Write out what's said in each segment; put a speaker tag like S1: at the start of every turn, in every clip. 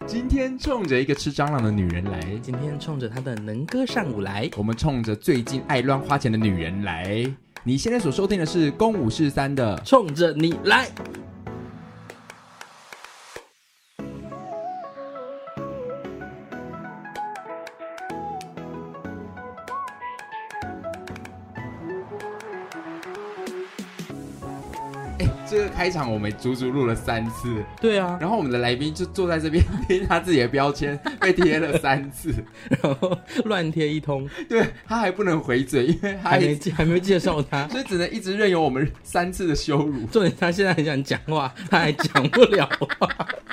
S1: 今天冲着一个吃蟑螂的女人来，
S2: 今天冲着她的能歌善舞来，
S1: 我们冲着最近爱乱花钱的女人来。你现在所收听的是公五是三的
S2: 冲着你来。
S1: 这个开场我们足足录了3次，
S2: 对啊，
S1: 然后我们的来宾就坐在这边听他自己的标签被贴了3次，
S2: 然后乱贴一通，
S1: 对，他还不能回嘴，因为他
S2: 还没介绍他，
S1: 所以只能一直任由我们3次的羞辱。
S2: 重点他现在很想讲话，他还讲不了话。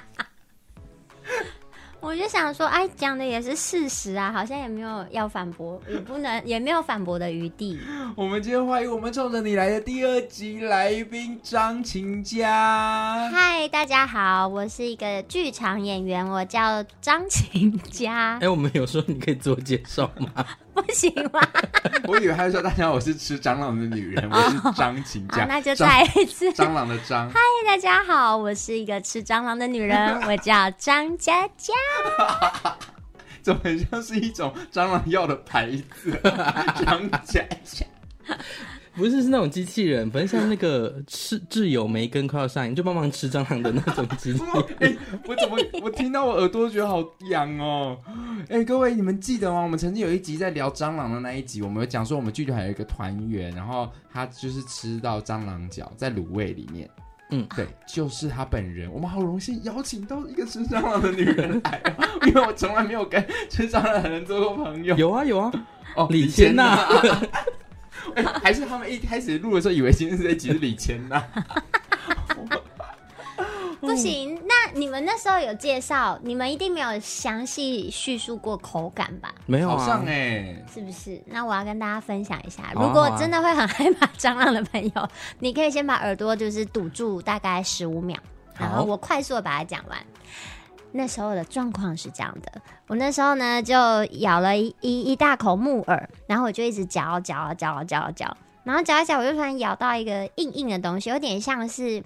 S3: 我就想说，哎，讲的也是事实啊，好像也没有要反驳，也没有反驳的余地。
S1: 我们今天欢迎我们冲着你来的第2集来宾张琴佳。
S3: 嗨，大家好，我是一个剧场演员，我叫张琴佳。
S2: 我们有说你可以自我介绍吗？
S3: 不行吗？
S1: 我以为他说大家好，我是吃蟑螂的女人，我是张琴佳。
S3: 那就再一次，
S1: 蟑螂的蟑。
S3: 嗨，大家好，我是一个吃蟑螂的女人，我叫张佳佳。
S1: 怎么很像是一种蟑螂药的牌子？张佳佳。
S2: 不是，是那种机器人，反正像那个挚友梅根快要上映，就帮忙吃蟑螂的那种机器人。
S1: 我听到我耳朵觉得好痒哦。各位你们记得吗？我们曾经有一集在聊蟑螂的那一集，我们有讲说我们剧团有一个团员，然后他就是吃到蟑螂脚在卤味里面。对，就是他本人。我们好荣幸邀请到一个吃蟑螂的女人来因为我从来没有跟吃蟑螂的人做过朋友。
S2: 有啊，
S1: 哦，
S2: 李千娜。
S1: 还是他们一开始录的时候以为今天这一集是李千娜。
S3: 不行，那你们那时候有介绍，你们一定没有详细叙述过口感吧？
S2: 没有啊，
S1: 好像
S3: 是不是？那我要跟大家分享一下，如果真的会很害怕蟑螂的朋友，你可以先把耳朵就是堵住大概15秒，然后我快速的把它讲完。那时候的状况是这样的，我那时候呢就咬了一大口木耳，然后我就一直嚼，然后嚼一嚼，我就突然咬到一个硬硬的东西，有点像是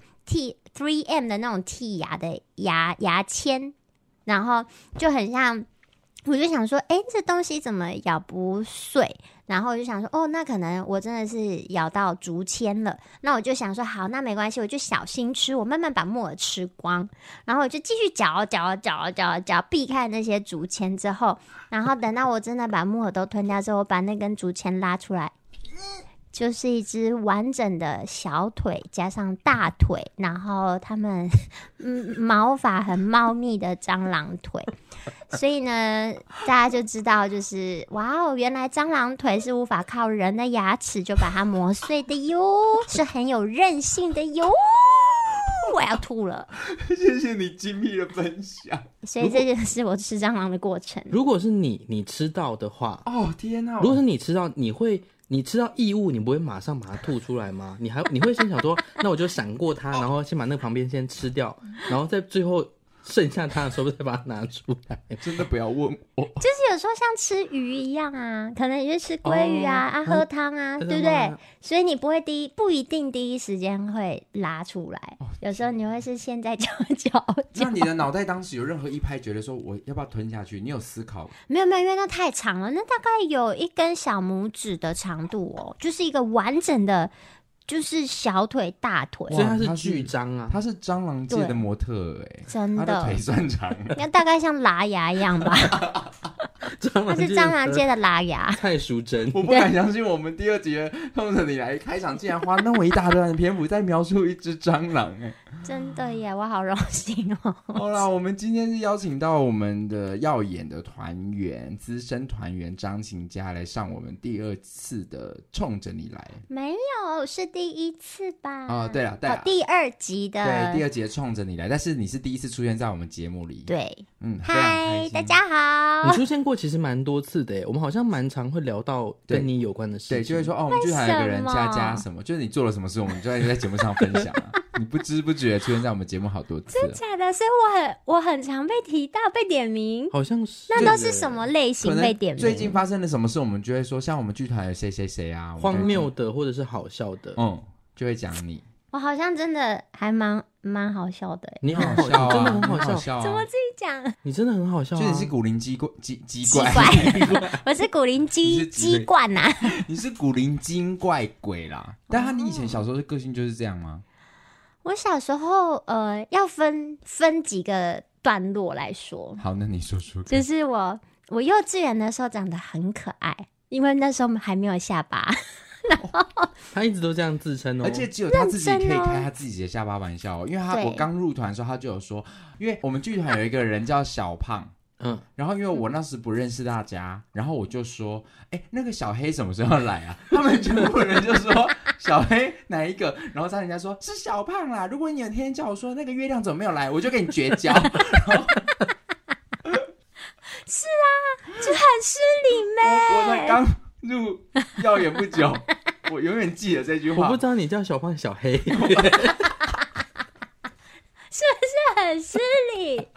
S3: 3M 的那种剔牙的牙签，然后就很像，我就想说，这东西怎么咬不碎？然后我就想说，那可能我真的是咬到竹签了。那我就想说，好，那没关系，我就小心吃，我慢慢把木耳吃光。然后我就继续嚼，避开那些竹签之后，然后等到我真的把木耳都吞掉之后，我把那根竹签拉出来。就是一只完整的小腿加上大腿，然后它们毛发很茂密的蟑螂腿，所以呢，大家就知道，就是哇哦，原来蟑螂腿是无法靠人的牙齿就把它磨碎的哟，是很有韧性的哟。我要吐了，
S1: 谢谢你精辟的分享。
S3: 所以这就是我吃蟑螂的过程。
S2: 如果是你吃到的话，
S1: 天哪！
S2: 如果是你吃到，你吃到异物，你不会马上把它吐出来吗？你会先想说，那我就闪过它，然后先把那个旁边先吃掉，然后在最后剩下它的时候再把它拿出来。
S1: 真的不要问我，
S3: 就是有时候像吃鱼一样啊，可能也是吃鲑鱼喝汤啊，对不对？所以你不一定第一时间会拉出来，有时候你会是现在嚼。
S1: 那你的脑袋当时有任何一拍觉得说我要不要吞下去？你有思考？
S3: 没有，因为那太长了，那大概有1根小拇指的长度哦，就是一个完整的。就是小腿大腿，
S2: 所以它是巨蟑啊，
S1: 它是蟑螂界的模特
S3: 真的，
S1: 它的腿算长，
S3: 那大概像拉牙一样吧。它是蟑螂界的拉牙，
S2: 蔡淑珍。
S1: 我不敢相信，我们第2集的冲着你来开场，竟然花那么一大段的篇幅在描述一只蟑螂
S3: 真的耶，我好荣幸哦。
S1: 好啦，我们今天是邀请到我们的耀眼的团员、资深团员张琴佳来上我们第2次的冲着你来。
S3: 没有，是第1次吧？
S1: 对了，
S3: 第2集的，
S1: 对，第2集的冲着你来，但是你是第1次出现在我们节目里。
S3: 对，
S1: 嗨，
S3: 大家好。
S2: 你出现过其实蛮多次的耶，我们好像蛮常会聊到跟你有关的事情。
S1: 对，就会说我们剧团有个人加什么，就是你做了什么事，我们就在节目上分享你不知不觉出现在我们节目好多次。
S3: 真假的？所以我很常被提到、被点名，
S2: 好像是。
S3: 那都是什么类型被点名？
S1: 最近发生了什么事，我们就会说，像我们剧团有谁谁谁啊，
S2: 荒谬的或者是好笑的，
S1: 就会讲你。
S3: 我好像真的还蛮好笑的。
S2: 你好
S1: 好笑啊，
S2: 你真的很好笑，
S1: 好笑啊，
S3: 怎么自己讲？
S2: 你真的很好笑啊！
S1: 就你是古灵鸡怪，
S3: 我是古灵鸡冠呐。
S1: 你是古灵精怪鬼啦。但你以前小时候的个性就是这样吗？
S3: 我小时候要分几个段落来说。
S1: 好，那你说说看。
S3: 就是我幼稚园的时候长得很可爱，因为那时候还没有下巴。
S2: 他一直都这样自称哦，
S1: 而且只有他自己可以开他自己的下巴玩笑因为我刚入团的时候他就有说，因为我们剧团有一个人叫小胖，然后因为我那时不认识大家，然后我就说，那个小黑什么时候要来啊？他们全部人就说小黑哪一个？然后人家说是小胖啦。如果你有天叫我说那个月亮怎么没有来，我就跟你绝交。
S3: 是啊，就很失礼咩。
S1: 我才刚入耀眼不久，我永远记得这句话。
S2: 我不知道你叫小胖小黑，是
S3: 不是很失礼？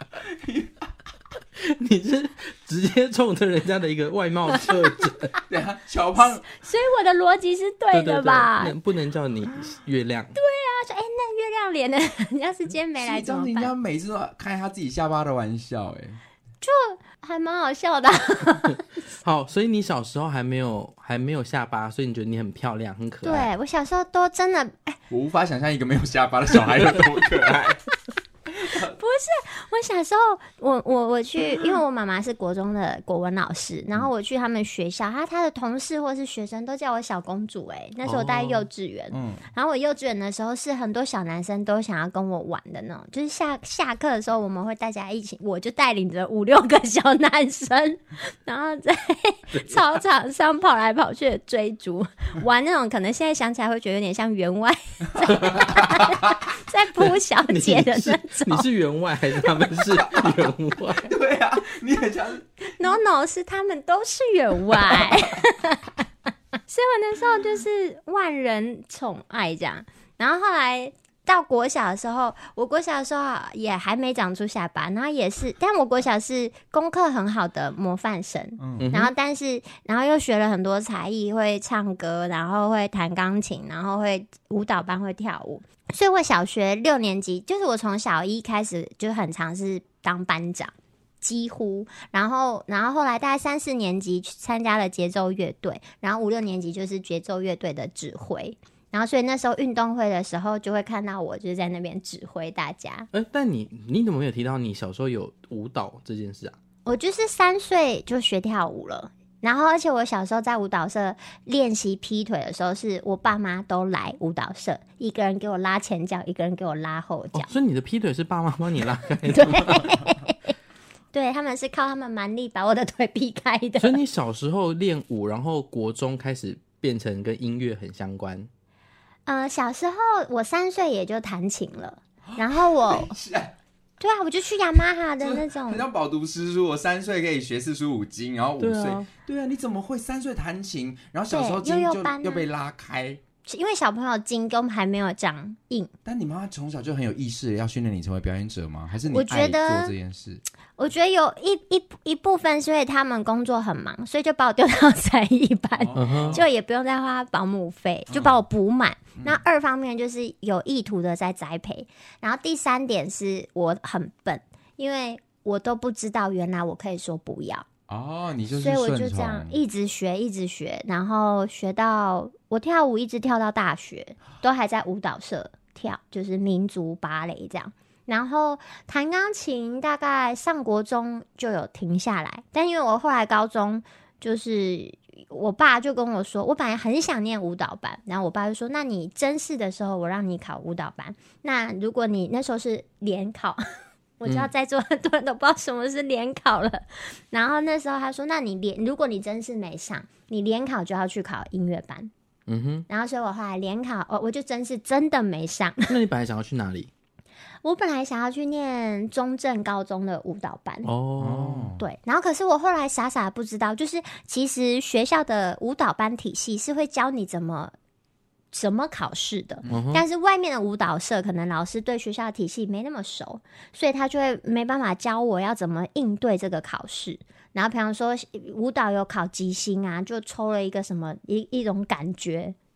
S2: 你是直接冲着人家的一个外貌特征。
S1: 对啊，小胖。
S3: 所以我的逻辑是对的吧？
S2: 对，不能叫你月亮。
S3: 对啊，说那月亮脸的人要是今天没来怎么办？
S1: 人家每次都开他自己下巴的玩笑，
S3: 就还蛮好笑的。
S2: 好，所以你小时候还没有下巴，所以你觉得你很漂亮很可爱。
S3: 对，我小时候都真的
S1: 我无法想象一个没有下巴的小孩有多可爱。
S3: 不是，我小时候我去，因为我妈妈是国中的国文老师，然后我去他们学校，他的同事或是学生都叫我小公主。那时候我在幼稚园，然后我幼稚园的时候是很多小男生都想要跟我玩的那种，就是下课的时候我们会大家一起，我就带领着5-6个小男生，然后在操场上跑来跑去的追逐，玩那种可能现在想起来会觉得有点像员外在扑小姐的那种。
S2: 你是员外还是他们是员外？
S1: 对啊，你很像。
S3: No， 是他们都是员外。所以我那时候就是万人宠爱这样。然后后来到国小的时候，我国小的时候也还没长出下巴，然后也是，但我国小是功课很好的模范生，然后又学了很多才艺，会唱歌，然后会弹钢琴，然后会舞蹈班会跳舞。所以我小学6年级，就是我从小1开始就很常是当班长，几乎，然后后来大概3、4年级去参加了节奏乐队，然后5、6年级就是节奏乐队的指挥，然后所以那时候运动会的时候就会看到我就是在那边指挥大家。
S2: 但你怎么没有提到你小时候有舞蹈这件事啊？
S3: 我就是3岁就学跳舞了。然后而且我小时候在舞蹈社练习劈腿的时候，是我爸妈都来舞蹈社，一个人给我拉前脚，一个人给我拉后脚。
S2: 所以你的劈腿是爸妈帮你拉开的吗？
S3: 对，他们是靠他们蛮力把我的腿劈开的。
S2: 所以你小时候练舞，然后国中开始变成跟音乐很相关。
S3: 小时候我3岁也就弹琴了，然后我对啊，我就去雅马哈的那种，
S1: 很像饱读诗书。我3岁可以学四书五经，然后5岁，对啊，你怎么会3岁弹琴？然后小时候筋就又被拉开，
S3: 因为小朋友筋根本还没有长硬。
S1: 但你妈妈从小就很有意识要训练你成为表演者吗？还是你爱做这件事？
S3: 我觉得有一部分是因为他们工作很忙，所以就把我丢到才艺班，就也不用再花保姆费，就把我补满。那2方面就是有意图的在栽培，然后第3点是我很笨，因为我都不知道原来我可以说不要。
S1: 你就是
S3: 所以我就这样一直学，然后学到我跳舞一直跳到大学，都还在舞蹈社跳，就是民族芭蕾这样。然后弹钢琴大概上国中就有停下来，但因为我后来高中就是我爸就跟我说，我本来很想念舞蹈班，然后我爸就说，那你甄试的时候我让你考舞蹈班，那如果你那时候是联考我知道在座很多人都不知道什么是联考了，然后那时候他说，那如果你甄试没上，你联考就要去考音乐班。然后所以我后来联考我就甄试真的没上。
S2: 那你本来想要去哪里？
S3: 我本来想要去念中正高中的舞蹈班。对，然后可是我后来傻傻不知道，就是其实学校的舞蹈班体系是会教你怎么考试的，但是外面的舞蹈社可能老师对学校的体系没那么熟，所以他就会没办法教我要怎么应对这个考试。然后比方说舞蹈有考即兴啊，就抽了一个什么一种感觉，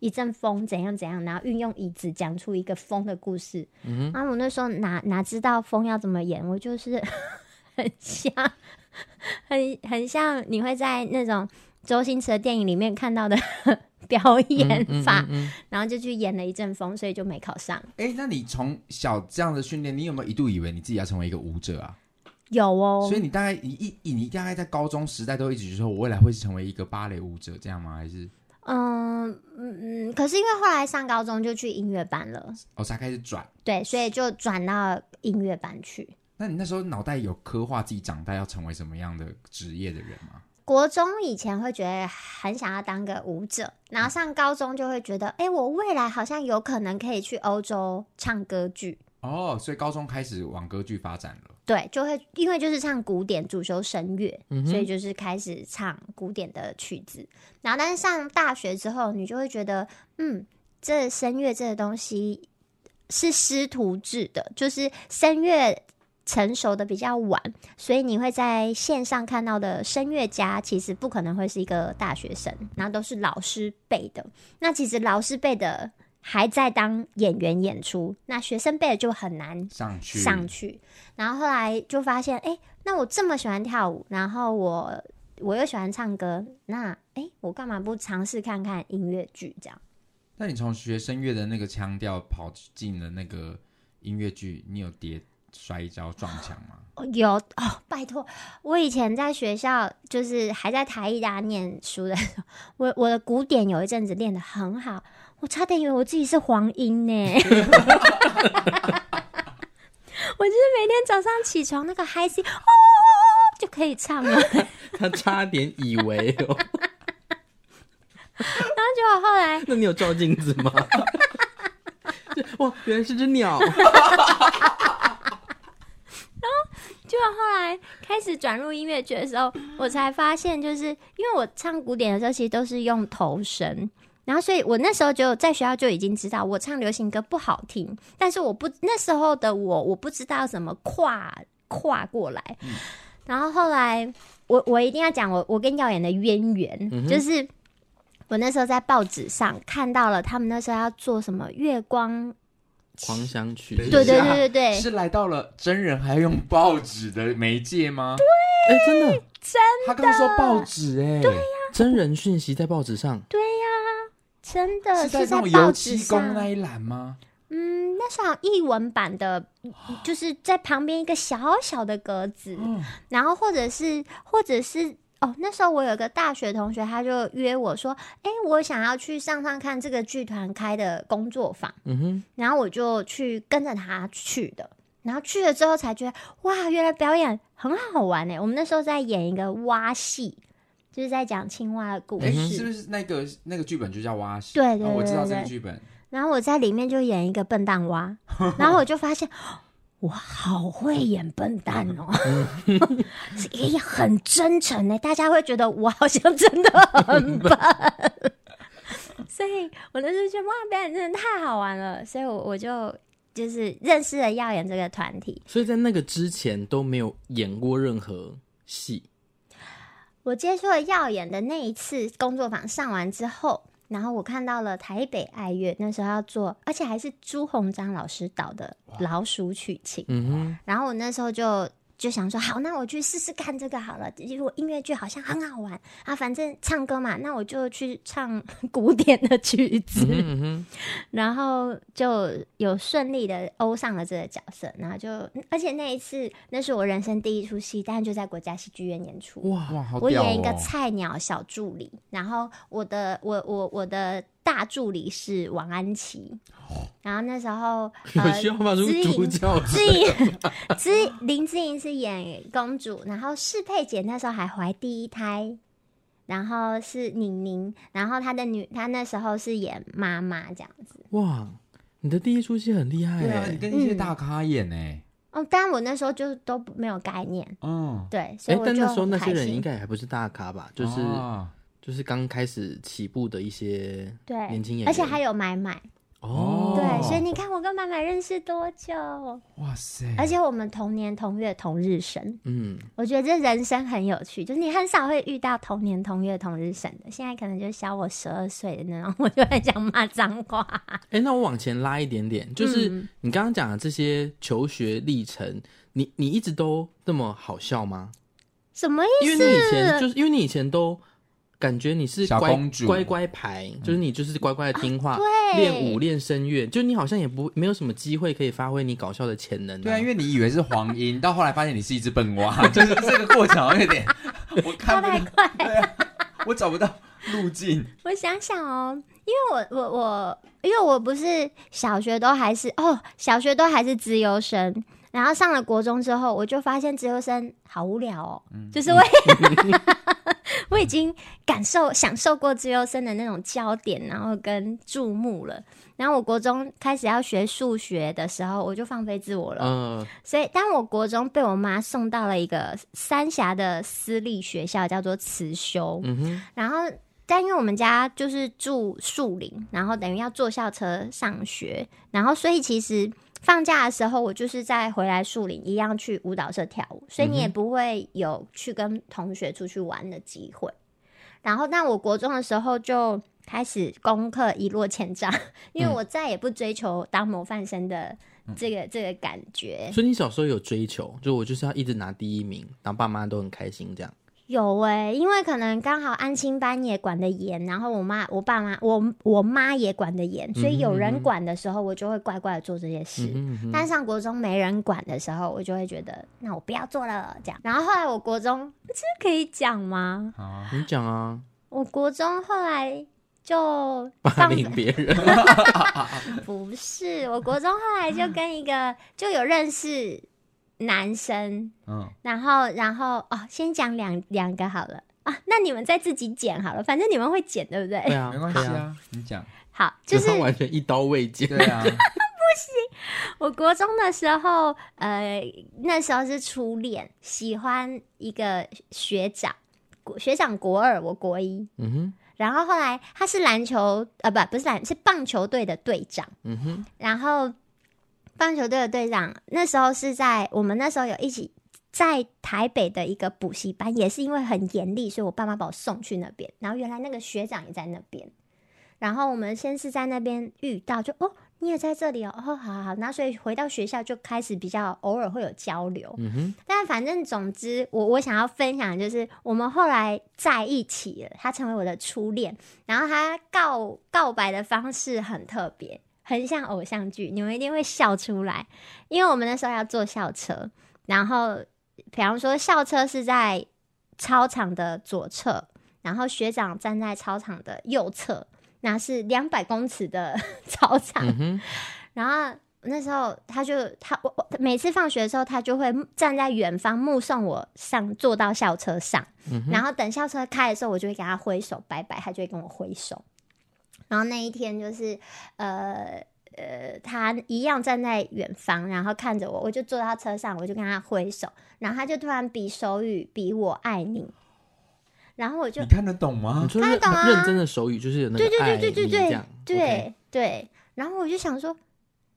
S3: 一阵风怎样怎样，然后运用椅子讲出一个风的故事。然后我那时候哪知道风要怎么演，我就是很像你会在那种周星驰的电影里面看到的表演法，然后就去演了一阵风，所以就没考上。
S1: 那你从小这样的训练，你有没有一度以为你自己要成为一个舞者啊？
S3: 有哦。
S1: 所以你大概在高中时代都一直说我未来会成为一个芭蕾舞者这样吗？还是
S3: 可是因为后来上高中就去音乐班了，
S1: 才开始转。
S3: 对，所以就转到音乐班去。
S1: 那你那时候脑袋有刻画自己长大要成为什么样的职业的人吗？
S3: 国中以前会觉得很想要当个舞者，然后上高中就会觉得我未来好像有可能可以去欧洲唱歌剧。
S1: 所以高中开始往歌剧发展了。
S3: 对，就会因为就是唱古典，主修声乐，所以就是开始唱古典的曲子。然后但是上大学之后，你就会觉得这声乐这个东西是师徒制的，就是声乐成熟的比较晚，所以你会在线上看到的声乐家其实不可能会是一个大学生，然后都是老师辈的。那其实老师辈的还在当演员演出，那学生辈的就很难上去。然后后来就发现那我这么喜欢跳舞，然后我又喜欢唱歌，那我干嘛不尝试看看音乐剧这样？
S1: 那你从学声乐的那个腔调跑进了那个音乐剧，你有摔跤撞墙吗？
S3: 有拜托，我以前在学校就是还在台艺大念书的时候，我的鼓点有一阵子练得很好，我差点以为我自己是黄莺呢。我就是每天早上起床那个 high C 就可以唱了。
S2: 他差点以为然后
S3: 结果后来，
S2: 那你有照镜子吗？哇，原来是只鸟。
S3: 结果后来开始转入音乐剧的时候，我才发现，就是因为我唱古典的时候，其实都是用头声，然后所以我那时候就在学校就已经知道，我唱流行歌不好听，但是那时候的我不知道怎么跨过来。然后后来我一定要讲我跟耀眼的渊源，就是我那时候在报纸上看到了他们那时候要做什么月光
S2: 狂想曲。
S3: 对，
S1: 是来到了真人还用报纸的媒介吗？
S2: 对，真的，
S1: 他刚说报纸
S3: 对呀，
S2: 真人讯息在报纸上。
S3: 对呀，真的
S1: 是在那种油漆工那一栏吗？
S3: 那是好像艺文版的，就是在旁边一个小小的格子，然后或者是那时候我有个大学同学，他就约我说我想要去上看这个剧团开的工作坊，然后我就去跟着他去的，然后去了之后才觉得哇，原来表演很好玩我们那时候在演一个蛙戏，就是在讲青蛙的故事。
S1: 是不是那个剧本就叫蛙戏？
S3: 对，
S1: 我知道这个剧本。
S3: 然后我在里面就演一个笨蛋蛙，然后我就发现我好会演笨蛋也很真诚大家会觉得我好像真的很笨。所以我那时候觉得哇，表演真的太好玩了，所以我就是认识了耀眼这个团体。
S2: 所以在那个之前都没有演过任何戏。
S3: 我接触了耀眼的那一次工作坊上完之后，然后我看到了台北爱乐那时候要做，而且还是朱鸿章老师导的老鼠曲情，然后我那时候就想说好，那我去试试看这个好了，因为我音乐剧好像很好玩啊，反正唱歌嘛，那我就去唱古典的曲子，然后就有顺利的欧上了这个角色，然后而且那一次那是我人生第一出戏，但就在国家戏剧院演出。
S1: 哇，好屌哦！
S3: 我演一个菜鸟小助理，然后我的大助理是王安琪，然后那时候
S2: 有需要发出主角
S3: 林志颖是演公主，然后适佩姐那时候还怀第一胎，然后是宁宁，然后她那时候是演妈妈这样子。
S2: 哇，你的第一出戏很厉害。
S1: 对啊，你跟一些大咖演
S3: 当然我那时候就都没有概念。对，所以我就
S2: 但那时候那些人应该还不是大咖吧？就是刚开始起步的一些年轻演员，
S3: 而且还有买对，所以你看我跟妈妈认识多久？
S1: 哇塞！
S3: 而且我们同年同月同日生。我觉得这人生很有趣，就是你很少会遇到同年同月同日生的。现在可能就小我12岁的那种，我就很想骂脏话。
S2: 那我往前拉一点点，就是你刚刚讲的这些求学历程，你一直都这么好笑吗？
S3: 什么意思？
S2: 因为你以前都感觉你是乖乖牌，就是你就是乖乖的听话，练舞练声乐，就你好像也没有什么机会可以发挥你搞笑的潜能。
S1: 对啊，因为你以为是黄莺，到后来发现你是一只笨蛙，就是这个过程有点我看不太快，对啊，我找不到路径。
S3: 我想想哦，因为我不是小学都还是资优生。然后上了国中之后，我就发现资优生好无聊哦，就是我已经享受过资优生的那种焦点，然后跟注目了。然后我国中开始要学数学的时候，我就放飞自我了。所以当我国中被我妈送到了一个三峡的私立学校，叫做慈修。然后但因为我们家就是住树林，然后等于要坐校车上学，然后所以其实放假的时候，我就是在回来树林一样去舞蹈社跳舞，所以你也不会有去跟同学出去玩的机会。然后，但我国中的时候就开始功课一落千丈，因为我再也不追求当模范生的这个感觉。
S2: 所以你小时候有追求，就我就是要一直拿第一名，然后爸妈都很开心这样。
S3: 有因为可能刚好安亲班也管得严，然后我妈也管得严，所以有人管的时候，我就会乖乖的做这些事。但上国中没人管的时候，我就会觉得那我不要做了这样。然后后来我国中，这可以讲吗？
S2: 你讲啊。
S3: 我国中后来就
S2: 霸凌别人。
S3: 不是，我国中后来就跟一个就有认识男生，然后先讲两个好了啊，那你们再自己剪好了，反正你们会剪对不对？
S2: 对啊，
S1: 没关系啊，你讲。
S3: 好，就是
S2: 完全一刀未剪。
S1: 对啊，不
S3: 行。我国中的时候，那时候是初恋，喜欢一个学长国2，我国1。然后后来他是篮球不是是棒球队的队长。然后棒球队的队长那时候我们那时候有一起在台北的一个补习班，也是因为很严厉，所以我爸妈把我送去那边。然后原来那个学长也在那边，然后我们先是在那边遇到，就你也在这里好好，那所以回到学校就开始比较偶尔会有交流。但反正总之我想要分享的就是我们后来在一起了，他成为我的初恋，然后他告白的方式很特别，很像偶像剧，你们一定会笑出来。因为我们那时候要坐校车，然后比方说校车是在操场的左侧，然后学长站在操场的右侧，那是200公尺的操场。然后那时候我每次放学的时候，他就会站在远方目送我坐到校车上。然后等校车开的时候，我就会给他挥手拜拜，他就会跟我挥手。然后那一天就是他一样站在远方，然后看着我，我就坐到车上，我就跟他挥手，然后他就突然比手语，比我爱你。然后我就，
S1: 你看得懂吗？
S2: 你说
S3: 看得懂啊，
S2: 认真的手语就是有那个爱你这样。
S3: 对。然后我就想说，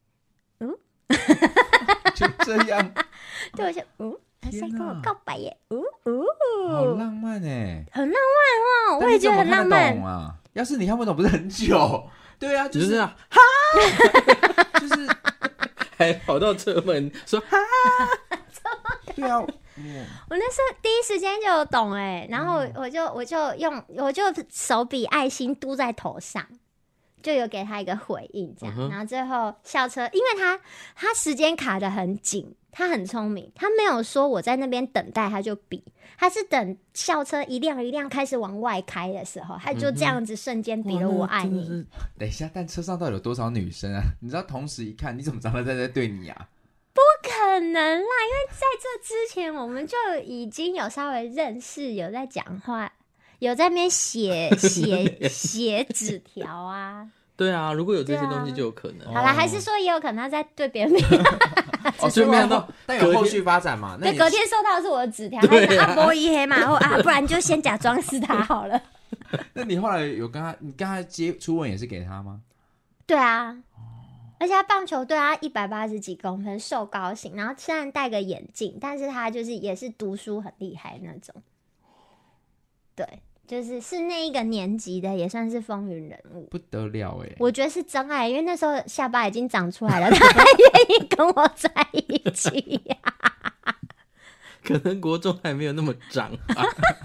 S1: 就这样。
S3: 对，我想，他在跟我告白耶，
S1: 好浪漫哎，
S3: 很浪漫哦，我也觉得很浪漫
S1: 啊。要是你看不懂，不是很久？对啊，就是
S2: 这样，
S1: 就是
S2: 还跑到车门说哈，
S1: 对啊。
S3: 我那时候第一时间就有懂然后我就手比爱心嘟在头上，就有给他一个回应这样。然后最后校车，因为他时间卡得很紧，他很聪明，他没有说我在那边等待他就比，他是等校车一辆一辆开始往外开的时候，他就这样子瞬间比了我爱你。
S1: 等一下，但车上到底有多少女生啊？你知道同时一看，你怎么知道他在对你啊？
S3: 不可能啦，因为在这之前我们就已经有稍微认识，有在讲话，有在那边写纸条啊。
S2: 对啊，如果有这些东西就有可能。
S3: 好啦，还是说也有可能他在对别人
S1: 所以没想到，但有后续发展嘛？
S3: 对，隔天收到的是我的纸条，他是阿波一黑嘛，不然就先假装是他好了。
S1: 那你后来有你跟他初吻也是给他吗？
S3: 对啊，而且他棒球队他180几公分，瘦高型，然后虽然戴个眼镜，但是他就是也是读书很厉害那种。对，就是那一个年级的，也算是风云人物，
S1: 不得了哎！
S3: 我觉得是真爱，因为那时候下巴已经长出来了，他还愿意跟我在一起呀、
S2: 可能国中还没有那么长吧。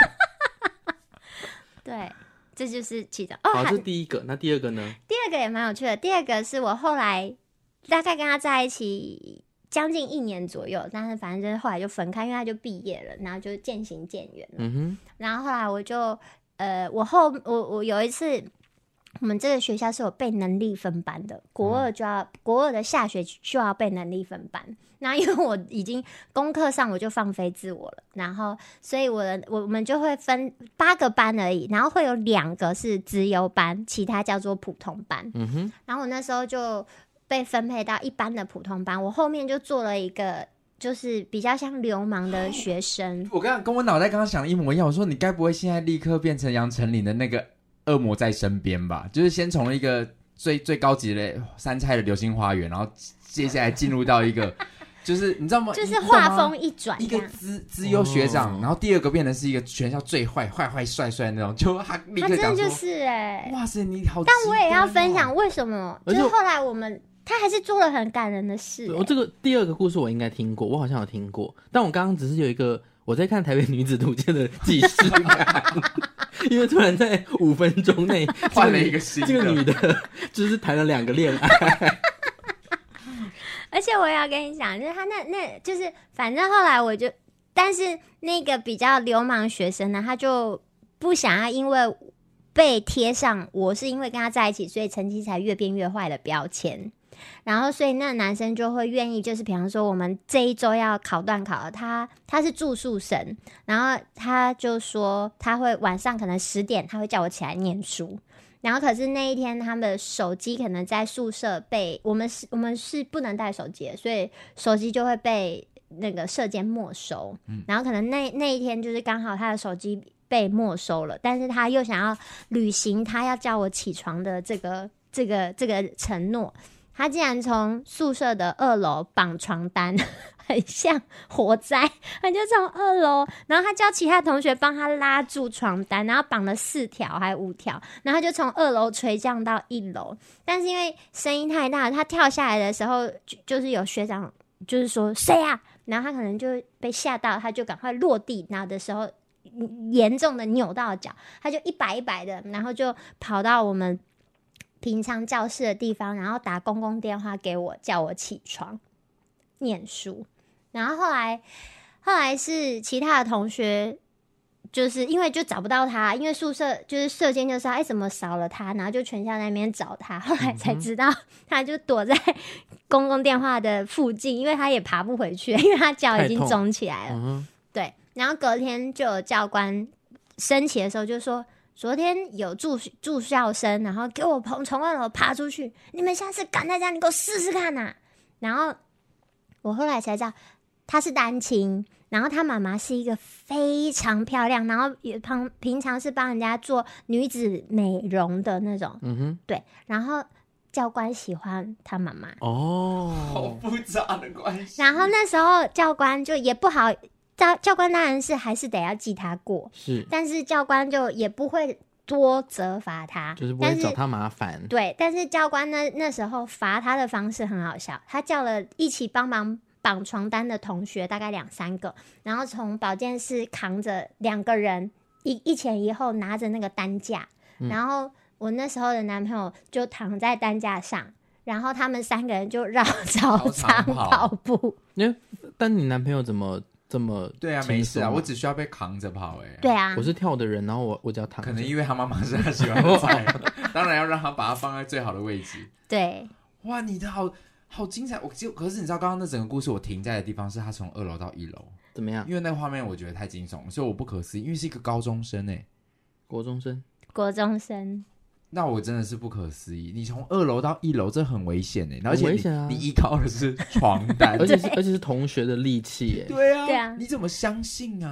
S3: 对，这就是其中。
S2: 好，这是第一个，那第二个呢？
S3: 第二个也蛮有趣的。第二个是我后来大概跟他在一起将近1年左右，但是反正就是后来就分开，因为他就毕业了，然后就渐行渐远了。然后后来我就我有一次，我们这个学校是有背能力分班的，国二的下学期就要背能力分班。那因为我已经功课上我就放飞自我了，然后所以我们就会分8个班而已，然后会有2个是资优班，其他叫做普通班。然后我那时候就被分配到一般的普通班，我后面就做了一个就是比较像流氓的学生。
S1: 我跟我脑袋刚刚想的一模一样，我说你该不会现在立刻变成杨丞琳的那个恶魔在身边吧？就是先从一个最高级的3菜的流星花园，然后接下来进入到一个就是你知道吗？
S3: 就是画风一转，
S1: 一个资优学长，然后第二个变成是一个全校最坏帅帅的那种，就他立刻讲说，
S3: 他真的就是
S1: 哇塞你好、
S3: 但我也要分享为什么，就是后来他还是做了很感人的事。
S2: 我这个第二个故事我应该听过，我好像有听过，但我刚刚只是有一个我在看《台北女子图鉴》的既视感，因为突然在5分钟内
S1: 换了一个新的，
S2: 这个女的就是谈了2个恋爱。
S3: 而且我也要跟你讲，就是他那就是反正后来但是那个比较流氓学生呢，他就不想要因为被贴上我是因为跟他在一起，所以成绩才越变越坏的标签。然后所以那个男生就会愿意，就是比方说我们这一周要考段考，他是住宿生，然后他就说他会晚上可能10点他会叫我起来念书，然后可是那一天他们的手机可能在宿舍被我们是不能带手机的，所以手机就会被那个舍监没收。然后可能那一天就是刚好他的手机被没收了，但是他又想要履行他要叫我起床的这个承诺，他竟然从宿舍的2楼绑床单，很像火灾，他就从2楼，然后他叫其他同学帮他拉住床单，然后绑了4条还5条，然后他就从2楼垂降到1楼。但是因为声音太大，他跳下来的时候就是有学长就是说谁啊，然后他可能就被吓到，他就赶快落地，然后的时候严重的扭到脚，他就一摆的，然后就跑到我们平常教室的地方，然后打公共电话给我，叫我起床念书。然后后来是其他的同学，就是因为就找不到他，因为宿舍就是舍监就说怎么少了他，然后就全校在那边找他，后来才知道他就躲在公共电话的附近，因为他也爬不回去，因为他脚已经肿起来了。对，然后隔天就有教官升旗的时候就说，昨天有住校生，然后给我从2楼爬出去，你们下次敢在家，你给我试试看啊！然后我后来才知道他是单亲，然后他妈妈是一个非常漂亮，然后也平常是帮人家做女子美容的那种。对，然后教官喜欢他妈妈。
S1: 好复杂的关系。
S3: 然后那时候教官就也不好。教官当然是还是得要记他过，
S2: 是，
S3: 但是教官就也不会多责罚他，
S2: 就是不会找他麻烦。
S3: 对，但是教官那时候罚他的方式很好笑，他叫了一起帮忙绑床单的同学大概2-3个，然后从保健室扛着2个人一前一后拿着那个担架，然后我那时候的男朋友就躺在担架上，然后他们3个人就绕操场跑步。
S2: 但你男朋友怎么这么
S1: 对啊，没事啊，我只需要被扛着跑。
S3: 对啊，
S2: 我是跳的人，然后我只要躺着。
S1: 可能因为他妈妈是他喜欢的菜，当然要让他把它放在最好的位置。
S3: 对，
S1: 哇，你的好精彩！可是你知道刚刚那整个故事我停在的地方是他从2楼到1楼，
S2: 怎么样？
S1: 因为那个画面我觉得太惊悚了，所以我不可思议，因为是一个高中生
S2: 国中生。
S1: 那我真的是不可思议，你从2楼到1楼，这很危险而且你依靠的是床单，
S2: 而且是同学的力气
S1: 对啊，你怎么相信啊？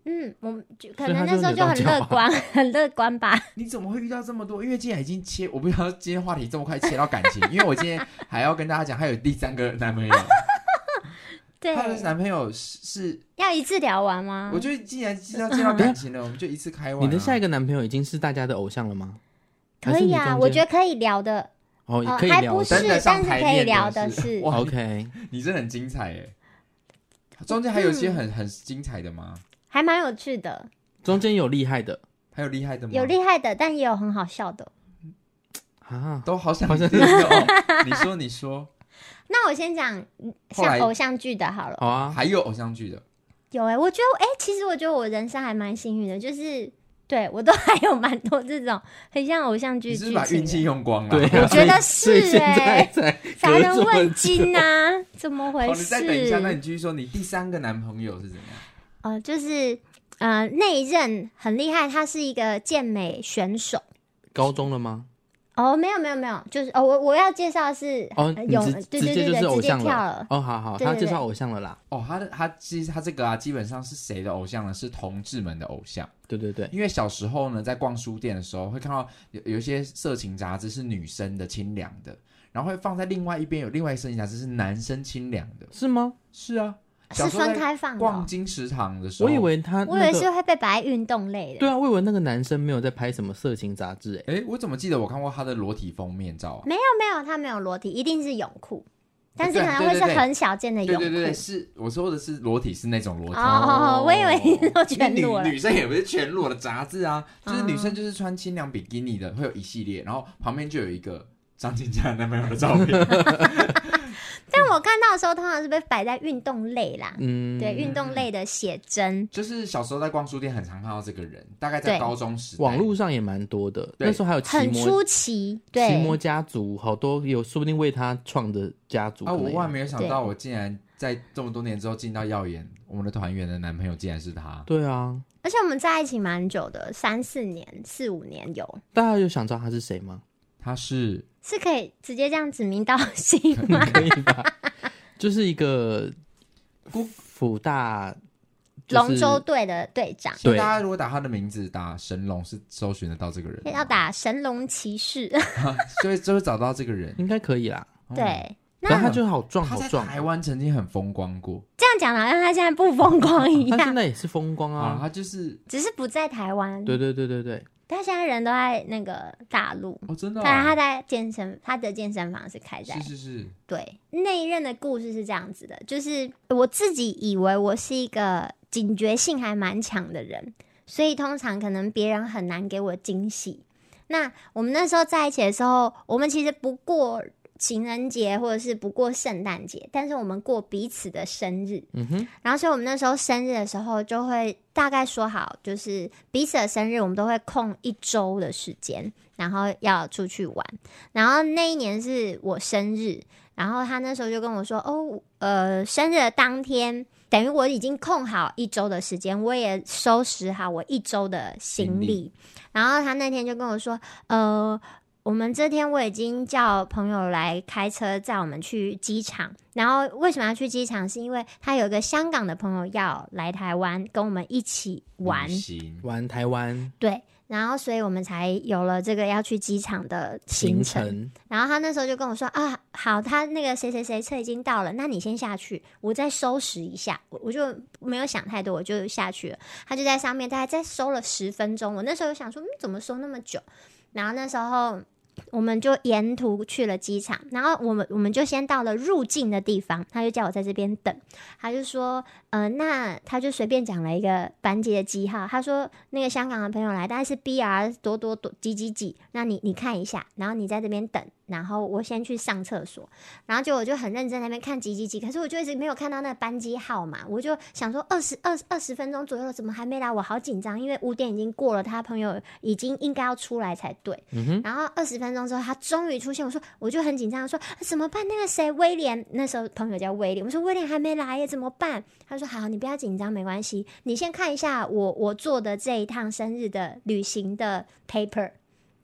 S3: 我们可能那时候就很乐观，很乐观吧。
S1: 你怎么会遇到这么多？因为今天已经我不知道今天话题这么快切到感情，因为我今天还要跟大家讲，她有第3个男朋友。
S3: 对，
S1: 她的男朋友是
S3: 要一次聊完吗？
S1: 我觉得既然要接到感情了，我们就一次开完。
S2: 你的下一个男朋友已经是大家的偶像了吗？
S3: 可以啊，我觉得可以聊的。
S2: 可以聊，
S3: 还不是，但是可以聊的是。
S1: OK， 你真的很精彩耶！中间还有一些很精彩的吗？
S3: 还蛮有趣的。
S2: 中间有厉害的，
S1: 还有厉害的吗？
S3: 有厉害的，但也有很好笑的。
S1: 都好想听你说。
S3: 那我先讲像偶像剧的好了。
S2: 好啊，
S1: 还有偶像剧的。
S3: 有我觉得其实我觉得我人生还蛮幸运的，就是对我都还有蛮多这种很像偶像剧。
S1: 你是不是把运气用光了？
S2: 对，
S3: 我觉得是
S2: 才
S3: 能问津啊，怎么回事？
S1: 你再等一下，那你继续说，你第3个男朋友是怎样？
S3: 就是那一任很厉害，他是一个健美选手。
S2: 高中了吗？
S3: 没有，就是我要介绍的是
S2: 直接就是偶像
S3: 了。
S2: 好，他介绍偶像了啦。
S1: 他其实他这个基本上是谁的偶像呢？是同志们的偶像。
S2: 对，
S1: 因为小时候呢，在逛书店的时候会看到有一些色情杂志是女生的清凉的，然后会放在另外一边有另外一个色情杂志是男生清凉的。
S2: 是吗？
S1: 是啊。
S3: 是分开放的。
S1: 逛金石堂的时候，
S2: 我以为
S3: 是会被摆在运动类的。
S2: 对啊，我以为那个男生没有在拍什么色情杂志。
S1: 我怎么记得我看过他的裸体封面照啊？
S3: 没有，他没有裸体，一定是泳裤，但是可能会是很小件的泳裤。
S1: 对，是我说的是裸体，是那种裸体。
S3: 我以为你说全裸了。
S1: 女生也不是全裸的杂志啊，就是女生就是穿清凉比基尼的，会有一系列，然后旁边就有一个张静佳男朋友的照片。
S3: 但我看到的时候，通常是被摆在运动类啦，对，运动类的写真。
S1: 就是小时候在逛书店很常看到这个人，大概在高中时代，
S2: 网络上也蛮多的。那时候还有
S3: 很出奇，对，
S2: 奇摩家族，好多有说不定为他创的家族。
S1: 我万万没有想到，我竟然在这么多年之后进到耀眼，我们的团员的男朋友竟然是他。
S2: 对啊，
S3: 而且我们在一起蛮久的，3-4年、4-5年有。
S2: 大家有想知道他是谁吗？
S1: 他是
S3: 可以直接这样指名道姓吗？
S2: 可以吧？就是一个辅大
S3: 龙舟队的队长。
S1: 所以大家如果打他的名字，打神龙是搜寻得到这个人。
S3: 要打神龙骑士，
S1: 就会找到这个人，
S2: 应该可以啦。
S3: 对，
S2: 然后他就好壮，
S1: 他在台湾曾经很风光过。
S3: 这样讲好像他现在不风光一样。
S2: 他现在也是风光啊，
S1: 他就是
S3: 只是不在台湾。
S2: 对。
S3: 他现在人都在那个大陆
S1: 真的。
S3: 他在他的健身房是开在
S1: 是。
S3: 对，那一任的故事是这样子的，就是我自己以为我是一个警觉性还蛮强的人，所以通常可能别人很难给我惊喜。那我们那时候在一起的时候，我们其实不过情人节或者是不过圣诞节，但是我们过彼此的生日。然后所以我们那时候生日的时候就会大概说好，就是彼此的生日我们都会空1周的时间，然后要出去玩。然后那一年是我生日，然后他那时候就跟我说生日的当天等于我已经空好1周的时间，我也收拾好我1周的行李。然后他那天就跟我说我们这天我已经叫朋友来开车载我们去机场，然后为什么要去机场？是因为他有一个香港的朋友要来台湾跟我们一起玩
S2: 台湾，
S3: 对，然后所以我们才有了这个要去机场的行程。然后他那时候就跟我说好，他那个谁车已经到了，那你先下去，我再收拾一下。我就没有想太多，我就下去了。他就在上面大概再收了10分钟，我那时候想说怎么收那么久？然后那时候我们就沿途去了机场，然后我们就先到了入境的地方，他就叫我在这边等。他就说那他就随便讲了一个班机的机号，他说那个香港的朋友来，大概是 BR 多几，那你看一下，然后你在这边等，然后我先去上厕所。然后就我就很认真在那边看几，可是我就一直没有看到那个班机号码，我就想说20分钟左右怎么还没来，我好紧张，因为5点已经过了，他朋友已经应该要出来才对。然后20分钟之后他终于出现，我就很紧张，说怎么办？那个谁威廉，那时候朋友叫威廉，我说威廉还没来耶，怎么办？他说好，你不要紧张，没关系，你先看一下我做的这一趟生日的旅行的 paper。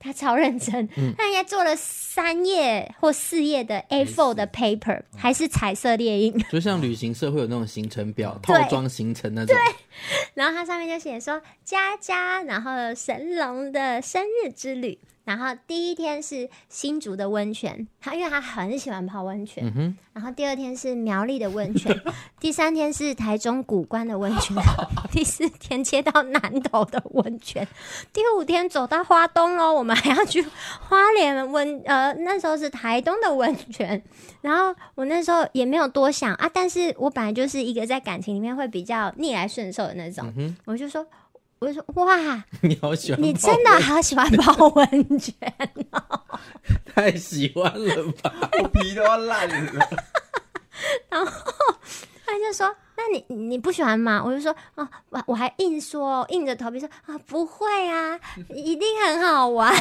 S3: 他超认真，他应该做了3页或4页的 A4 的 paper，还是彩色列印，
S2: 就像旅行社会有那种行程表、套装行程那种。对，
S3: 然后他上面就写说佳佳，然后神龙的生日之旅。然后第一天是新竹的温泉，因为他很喜欢泡温泉。然后第2天是苗栗的温泉，第3天是台中古关的温泉，第4天切到南投的温泉，第5天走到花东咯，我们还要去花莲那时候是台东的温泉。然后我那时候也没有多想啊，但是我本来就是一个在感情里面会比较逆来顺受的那种，我就说哇，
S2: 你好喜欢，
S3: 你真的好喜欢泡温泉哦，
S2: 太喜欢了吧，
S1: 我皮都要烂了。
S3: 然后他就说：“那你不喜欢吗？”我就说：“哦，我还硬着头皮说啊，不会啊，一定很好玩。”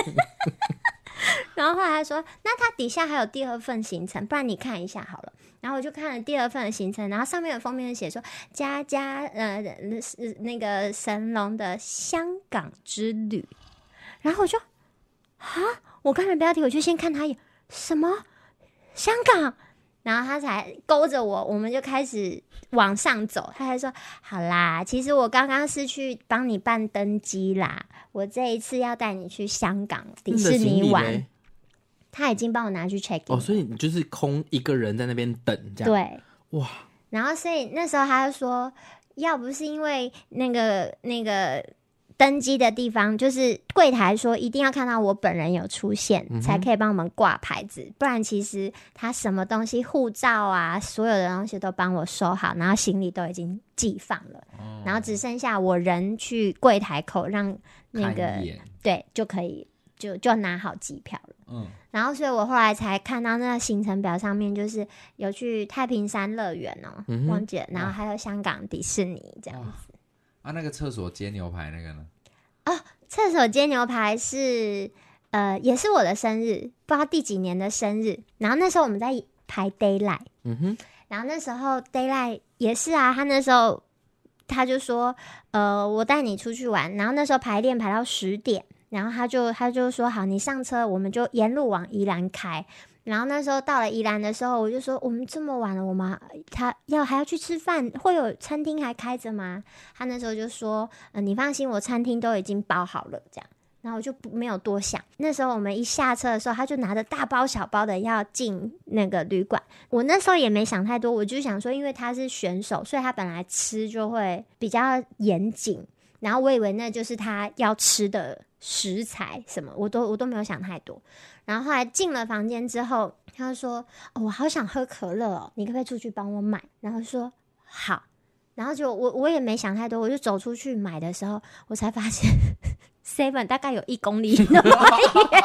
S3: 然后后来他说：“那他底下还有第2份行程，不然你看一下好了。”然后我就看了第2份的行程，然后上面的封面写说佳佳那个神龙的香港之旅，然后我就我看了标题，我就先看他有什么香港，然后他才勾着我们就开始往上走。他还说：“好啦，其实我刚刚是去帮你办登机啦，我这一次要带你去香港迪士尼玩。”他已经帮我拿去 check in
S2: 所以你就是空一个人在那边等这样。
S3: 对，
S2: 哇！
S3: 然后所以那时候他就说，要不是因为那个登机的地方，就是柜台说一定要看到我本人有出现，才可以帮我们挂牌子，不然其实他什么东西护照啊，所有的东西都帮我收好，然后行李都已经寄放了，然后只剩下我人去柜台口让那个对就可以就拿好机票了。然后所以我后来才看到那个行程表上面就是有去太平山乐园忘记了，然后还有香港迪士尼这样子。
S1: 那个厕所煎牛排那个呢？
S3: 厕所煎牛排是也是我的生日，不知道第几年的生日。然后那时候我们在排 Daylight，然后那时候 Daylight 也是啊，他那时候他就说我带你出去玩，然后那时候排练排到10点。然后他就说好，你上车，我们就沿路往宜兰开。然后那时候到了宜兰的时候，我就说我们这么晚了，我们还要去吃饭，会有餐厅还开着吗？他那时候就说你放心，我餐厅都已经包好了这样。然后我就没有多想。那时候我们一下车的时候，他就拿着大包小包的要进那个旅馆。我那时候也没想太多，我就想说因为他是选手，所以他本来吃就会比较严谨，然后我以为那就是他要吃的食材什么，我都没有想太多。然后后来进了房间之后，他就说我好想喝可乐哦，你可不可以出去帮我买？然后说好。然后就我也没想太多，我就走出去买的时候，我才发现 Seven 大概有1公里那么远。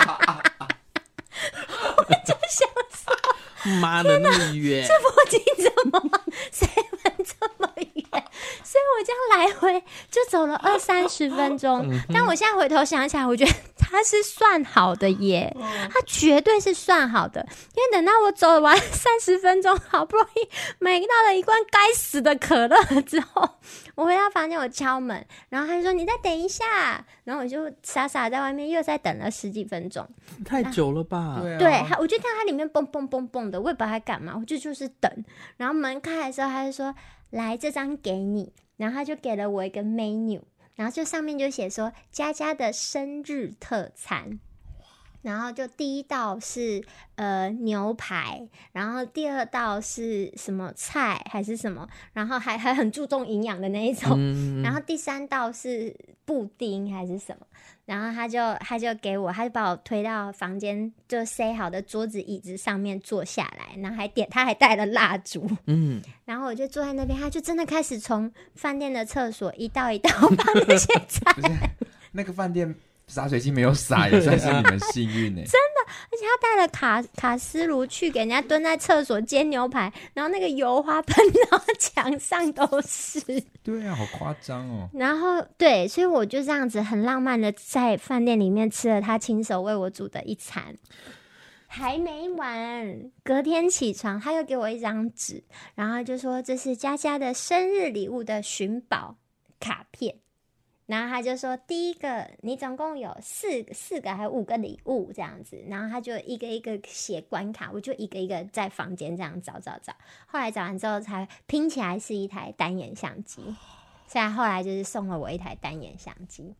S3: 我就想说
S2: 妈的那么远，
S3: 这附近怎么 Seven 这么远？所以我这样来回就走了20-30分钟。但我现在回头想起来，我觉得他是算好的耶，他绝对是算好的。因为等到我走完30分钟，好不容易买到了一罐该死的可乐之后，我回到房间，我敲门，然后他就说你再等一下，然后我就傻傻在外面又再等了10几分钟，
S2: 太久了吧？
S3: 对，我就看它里面蹦蹦蹦蹦的，我也不知道他干嘛，我就是等。然后门开的时候，他就说来这张给你，然后他就给了我一个 menu， 然后就上面就写说佳佳的生日特餐。然后就第1道是牛排，然后第2道是什么菜还是什么，然后还很注重营养的那一种，然后第3道是布丁还是什么，然后他就给我，他就把我推到房间就塞好的桌子椅子上面坐下来，然后他还带了蜡烛，然后我就坐在那边，他就真的开始从饭店的厕所一道一道放那些菜。
S1: 那个饭店洒水器没有洒，也算是你们幸运呢。
S3: 真的，而且他带了卡斯炉去给人家蹲在厕所煎牛排，然后那个油花喷到墙上都是。
S1: 对啊，好夸张哦。
S3: 然后对，所以我就这样子很浪漫的在饭店里面吃了他亲手为我煮的一餐。还没完，隔天起床他又给我一张纸，然后就说这是佳佳的生日礼物的寻宝卡片。 然后他就说，第一个你总共有四个还是5个礼物这样子，然后他就一个一个写关卡，我就一个一个在房间这样找，后来找完之后才拼起来是一台单眼相机，所以后来就是送了我一台单眼相机，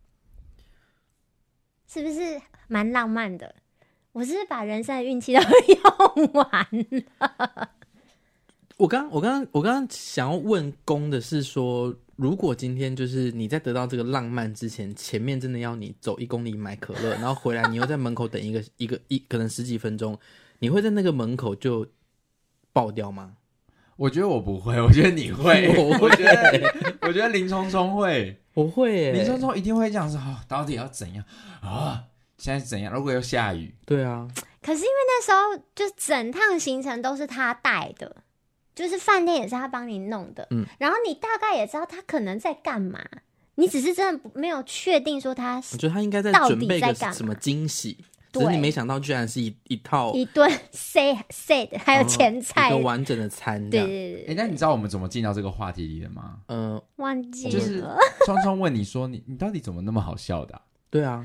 S3: 是不是蛮浪漫的？我是不是把人生的运气都用完了？
S2: 我刚刚想要问公的是说，如果今天就是你在得到这个浪漫之前，前面真的要你走1公里买可乐，然后回来你又在门口等可能10几分钟，你会在那个门口就爆掉吗？
S1: 我觉得我不会，我觉得你会，我觉得林聪聪会，
S2: 我会耶，
S1: 林聪聪一定会这样说，到底要怎样啊？现在是怎样？如果又下雨，
S2: 对啊。
S3: 可是因为那时候就整趟行程都是他带的。就是饭店也是他帮你弄的，然后你大概也知道他可能在干嘛，你只是真的没有确定说他，
S2: 我觉得他应该在准备个什么惊喜，只是你没想到居然是一
S3: 顿 set 还有前菜，
S2: 一个完整的餐。
S3: 对。
S1: 那你知道我们怎么进到这个话题里的吗？
S3: 忘记了。
S1: 就是聪聪问你说你到底怎么那么好笑的？
S2: 对啊。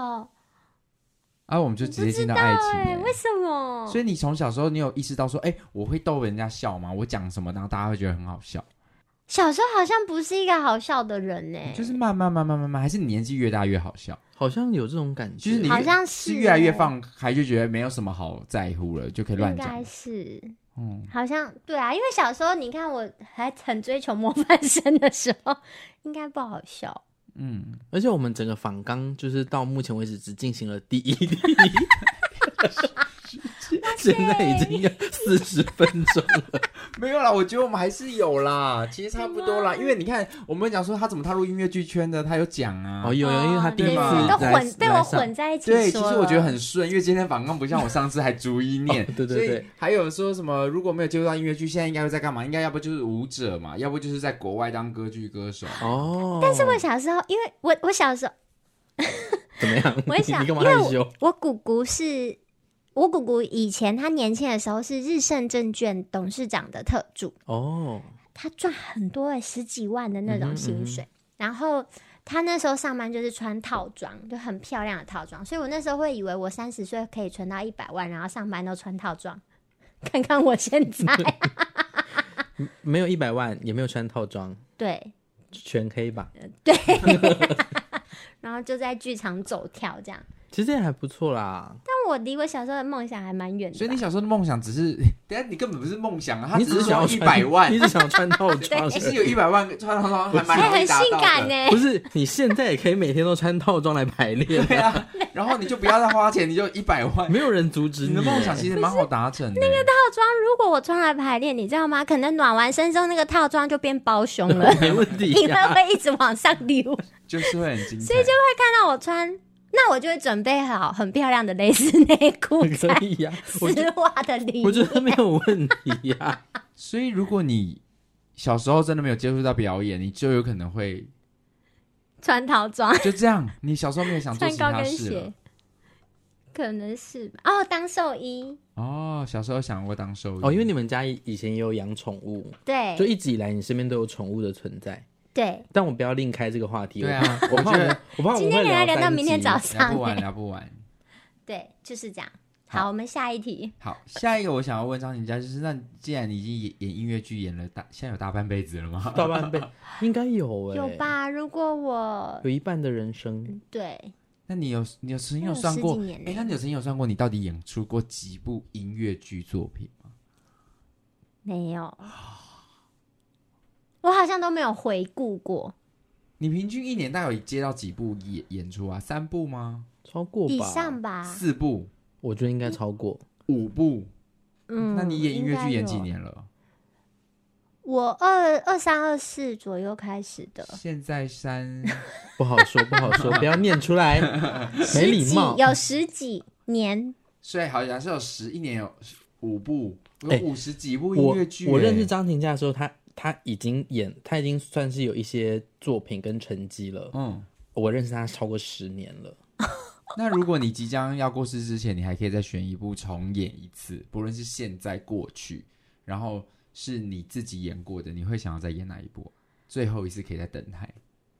S1: 我们就直接进到爱情
S3: 为什么？
S1: 所以你从小时候你有意识到说，我会逗人家笑吗？我讲什么，然后大家会觉得很好笑。
S3: 小时候好像不是一个好笑的人呢，
S1: 就是慢慢，还是你年纪越大越好笑？
S2: 好像有这种感觉，
S1: 就是你
S3: 好像是
S1: 越来越放开，就觉得没有什么好在乎了，就可以乱讲。
S3: 应该是，好像对啊，因为小时候你看我还很追求模范生的时候，应该不好笑。
S2: 而且我们整个访纲就是到目前为止只进行了第一题，现在已经要40分钟了。
S1: 没有啦，我觉得我们还是有啦，其实差不多啦。因为你看，我们讲说他怎么踏入音乐剧圈的，他有讲啊。
S2: 有，因为他第一次
S3: 都被我混在一起说了。
S1: 对，其实我觉得很顺，因为今天访纲不像我上次还逐一念。
S2: 对。
S1: 所以还有说什么，如果没有接触到音乐剧，现在应该会在干嘛？应该要不就是舞者嘛，要不就是在国外当歌剧歌手。
S3: 但是我小时候，因为我小时候
S2: 怎么样？你干嘛害羞？
S3: 我姑姑以前她年轻的时候是日盛证券董事长的特助她赚很多10几万的那种薪水，然后她那时候上班就是穿套装，就很漂亮的套装，所以我那时候会以为我30岁可以存到100万，然后上班都穿套装，看看我现在
S2: 没有100万，也没有穿套装，
S3: 对，
S2: 全黑吧，
S3: 对然后就在剧场走跳这样。
S2: 其实也还不错啦，
S3: 但我离我小时候的梦想还蛮远的。
S1: 所以你小时候的梦想只是，等一下你根本不是梦想啊，他
S2: 你
S1: 只是
S2: 想要
S1: 100万，
S2: 你只想穿套装，
S1: 其实有100万穿套装还蛮容易达到的。
S3: 很性感呢。
S2: 不是，你现在也可以每天都穿套装来排练。
S1: 对啊，然后你就不要再花钱，你就100万，
S2: 没有人阻止
S1: 你的梦想其实蛮好达成的。
S3: 那个套装如果我穿来排练，你知道吗？可能暖完身之后，那个套装就变包胸了，
S2: 没问题，
S3: 因为会一直往上溜，
S1: 就是会很精彩，
S3: 所以就会看到我穿。那我就会准备好很漂亮的蕾丝内裤，
S2: 可以呀，
S3: 丝袜的里面，
S2: 我觉得没有问题呀。
S1: 所以如果你小时候真的没有接触到表演，你就有可能会
S3: 穿套装，
S1: 就这样。你小时候没有想做其他事了？
S3: 穿高跟鞋，可能是吧。当兽医。
S1: 小时候想过当兽医。
S2: 因为你们家以前也有养宠物，
S3: 对，
S2: 就一直以来你身边都有宠物的存在。
S3: 对，
S2: 但我不要另开这个话题。
S1: 对啊，
S2: 我怕
S3: 今天聊到明天早上，
S1: 聊不完。
S3: 对，就是这样。好，我们下一题。
S1: 好，下一个我想要问张婷佳，就是那既然你已经演音乐剧演了现在有大半辈子了吗？
S2: 大半辈应该有
S3: 有吧？如果我
S2: 有一半的人生，
S3: 对。
S1: 那你曾经有算过？那你有曾经有算过你到底演出过几部音乐剧作品吗？
S3: 没有。我好像都没有回顾过。
S1: 你平均一年大概有接到几部演出啊？3部吗？
S2: 超过吧？
S3: 以上吧。
S1: 4部，
S2: 我觉得应该超过
S1: 5部。那你演音乐剧演几年了？
S3: 我23、24左右开始的。
S1: 现在
S2: 不好说，不要念出来，没礼貌。
S3: 有10几年，
S1: 所以好像是有1年有5部，有50几部音乐剧。
S2: 我认识张婷佳的时候，他已经算是有一些作品跟成绩了。我认识他超过10年了。
S1: 那如果你即将要过世之前，你还可以再选一部重演一次，不论是现在过去，然后是你自己演过的，你会想要再演哪一部？最后一次可以在登台。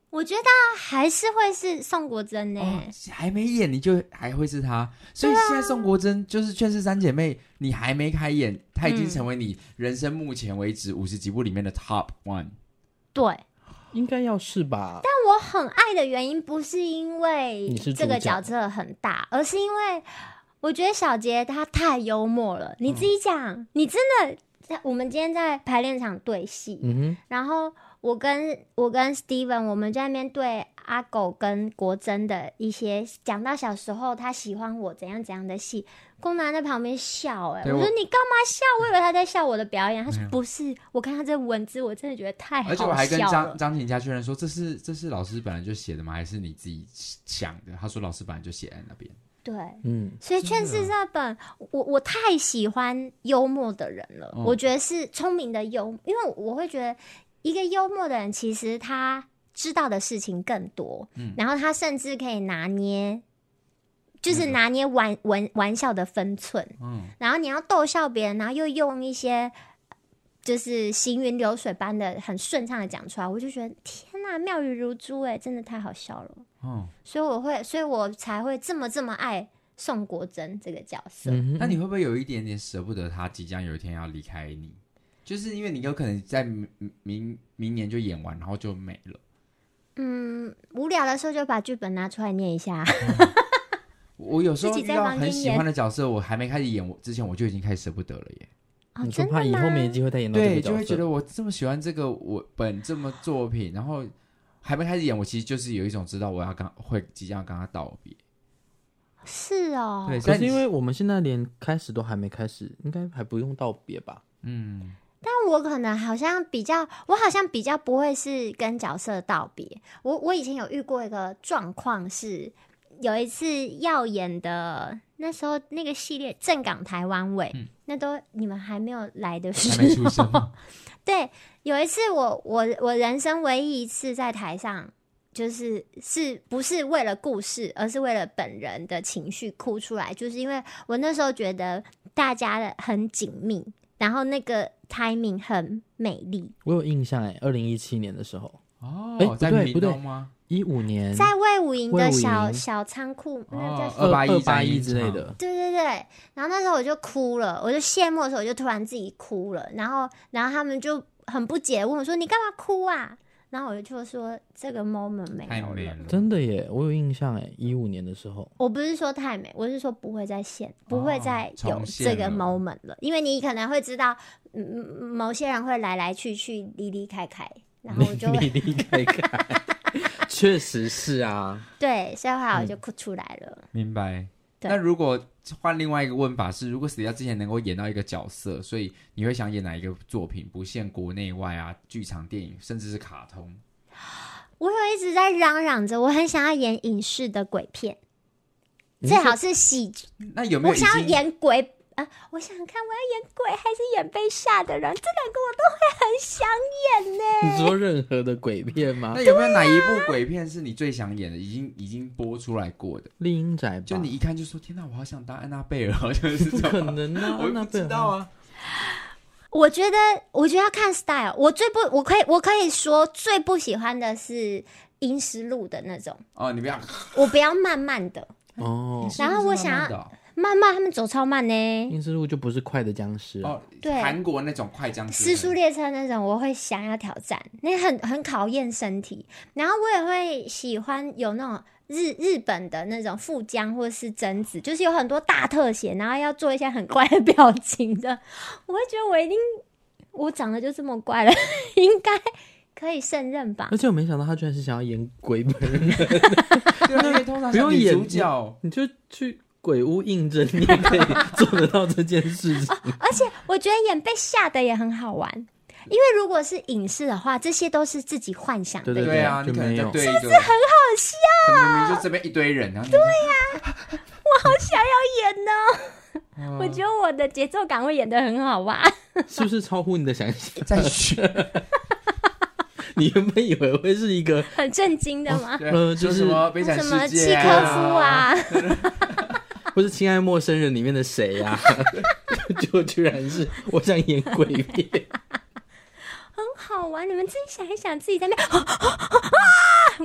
S3: 我觉得还是会是宋国珍呢、
S1: 还没演你就还会是他，所以现在宋国珍就是《劝世三姐妹》，你还没开演，她已经成为你人生目前为止50几部里面的 Top 1。
S3: 对，
S2: 应该要是吧？
S3: 但我很爱的原因不是因为这个角色很大，而是因为我觉得小杰她太幽默了。你自己讲，你真的，我们今天在排练场对戏，然后我跟 Steven 我们在那边对阿狗跟国珍的一些讲到小时候他喜欢我怎样怎样的戏，宫南在旁边笑，我说你干嘛笑？我以为他在笑我的表演，他说不是，我看他这文字我真的觉得太好笑了。
S1: 而且我还跟张婷佳确认说，这是老师本来就写的吗？还是你自己想的？他说老师本来就写在那边。
S3: 对，所以《劝世》这本，我太喜欢幽默的人了，我觉得是聪明的幽默，因为我会觉得一个幽默的人，其实他知道的事情更多，然后他甚至可以拿捏，就是拿捏玩笑的分寸，然后你要逗笑别人，然后又用一些就是行云流水般的很顺畅的讲出来，我就觉得天哪，妙语如珠哎，真的太好笑了。所以我才会这么爱宋国珍这个角色。
S1: 那你会不会有一点点舍不得他即将有一天要离开你？就是因为你有可能在明年就演完，然后就没了。
S3: 无聊的时候就把剧本拿出来念一下。
S1: 我有时候遇到很喜欢的角色，我还没开始演之前，我就已经开始舍不得了耶。
S2: 你说怕以后没机会再演到这个角色，
S1: 对，就会觉得我这么喜欢这个这么作品，然后还没开始演，我其实就是有一种知道我会即将跟他道别。
S3: 是哦，
S2: 对，可是因为我们现在连开始都还没开始，应该还不用道别吧？
S3: 但我可能好像比较不会是跟角色道别。我以前有遇过一个状况是，有一次要演的那时候那个系列正港台湾尾，那都你们还没有来的时候，
S1: 还没出生。
S3: 对，有一次我人生唯一一次在台上，就是不是为了故事，而是为了本人的情绪哭出来，就是因为我那时候觉得大家很紧密，然后那个 timing 很美丽。
S2: 我有印象2017年的时候。
S1: 在
S2: 不对
S1: 吗
S2: ？15年
S3: 在卫武营的小仓库，那叫
S2: 281之类的。
S3: 对对对，然后那时候我就哭了，我就谢幕的时候我就突然自己哭了，然后他们就很不解问我说：“你干嘛哭啊？”然后我就说这个 moment 没有了，
S2: 真的耶，我有印象15年的时候。
S3: 我不是说太美，我是说不会再不会再有这个 moment 了，因为你可能会知道，某些人会来来去去，离离开开。然后我就
S2: 离离开开，确实是啊。
S3: 对，所以后来我就哭出来了。
S1: 明白。那如果换另外一个问法是，如果死掉之前能够演到一个角色，所以你会想演哪一个作品？不限国内外啊，剧场、电影，甚至是卡通。
S3: 我有一直在嚷嚷着，我很想要演影视的鬼片，最好是喜剧。
S1: 那有没有？
S3: 我想要演鬼。我想看，我要演鬼还是演被吓的人？这两个我都会很想演呢。
S2: 你说任何的鬼片吗？
S1: 那有没有哪一部鬼片是你最想演的？已经播出来过的？
S2: 丽英宅吧，
S1: 就你一看就说：“天哪，我好想当安娜贝尔！”就是
S2: 不可能啊，
S1: 我不知道啊。
S3: 我觉得要看 style。我可以说最不喜欢的是阴尸路的那种。
S1: 你不要，
S3: 我不要慢慢的
S2: 哦。
S3: 然后我想要。慢慢，他们走超慢呢。
S2: 阴尸路就不是快的僵尸
S3: 对，
S1: 韩国那种快僵尸，
S3: 失速列车那种，我会想要挑战，那很考验身体。然后我也会喜欢有那种日本的那种富江或是贞子，就是有很多大特写，然后要做一些很怪的表情的。我会觉得我长得就这么怪了，应该可以胜任吧。
S2: 而且我没想到他居然是想要演鬼本人。
S1: 对，因为通常
S2: 不用演
S1: 主角，
S2: 你就去鬼屋应征，你也可以做得到这件事情。
S3: 而且我觉得演被吓的也很好玩，因为如果是影视的话，这些都是自己幻想的。
S1: 对啊，你可能就对一个，
S3: 是不是很好笑？
S1: 可能明明就这边一堆人，然后对
S3: 呀，我好想要演呢。我觉得我的节奏感会演得很好吧？
S2: 是不是超乎你的想象？
S1: 再学。
S2: 你原本以为会是一个
S3: 很震惊的吗？
S2: 就是
S1: 什么悲惨世界、
S3: 什么契科夫啊，
S2: 或是《亲爱陌生人》里面的谁啊？就居然是我想演鬼片，
S3: 很好玩。你们自己想一想，自己在那边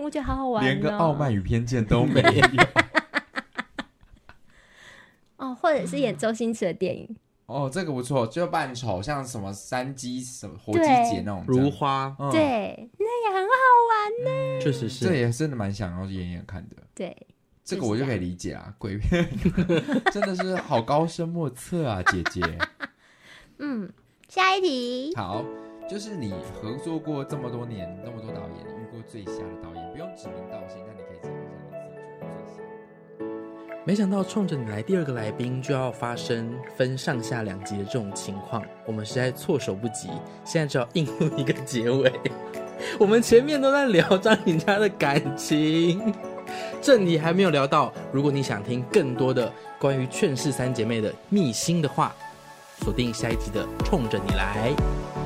S3: 我觉得好好玩哦，
S1: 连个傲慢与偏见都没有。
S3: 哦，或者是演周星驰的电影。
S1: 哦，这个不错，就扮丑，像什么山鸡、什么火鸡姐那种
S2: 如花，
S3: 对，那也很好玩呢。
S2: 确实是，
S1: 这也真的蛮想要演演看的。
S3: 对，
S1: 这个我就可以理解啦，鬼片真的是好高深莫测啊，姐姐。
S3: 下一题。
S1: 好，就是你合作过这么多年，那么多导演，遇过最瞎的导演，不用指名道姓，但你可以讲一下你自己觉得最瞎的。
S2: 没想到冲着你来第二个来宾就要发生分上下两集的这种情况，我们实在措手不及，现在只好应付一个结尾。我们前面都在聊张颖佳的感情，正题还没有聊到。如果你想听更多的关于劝世三姐妹的秘辛的话，锁定下一集的冲着你来。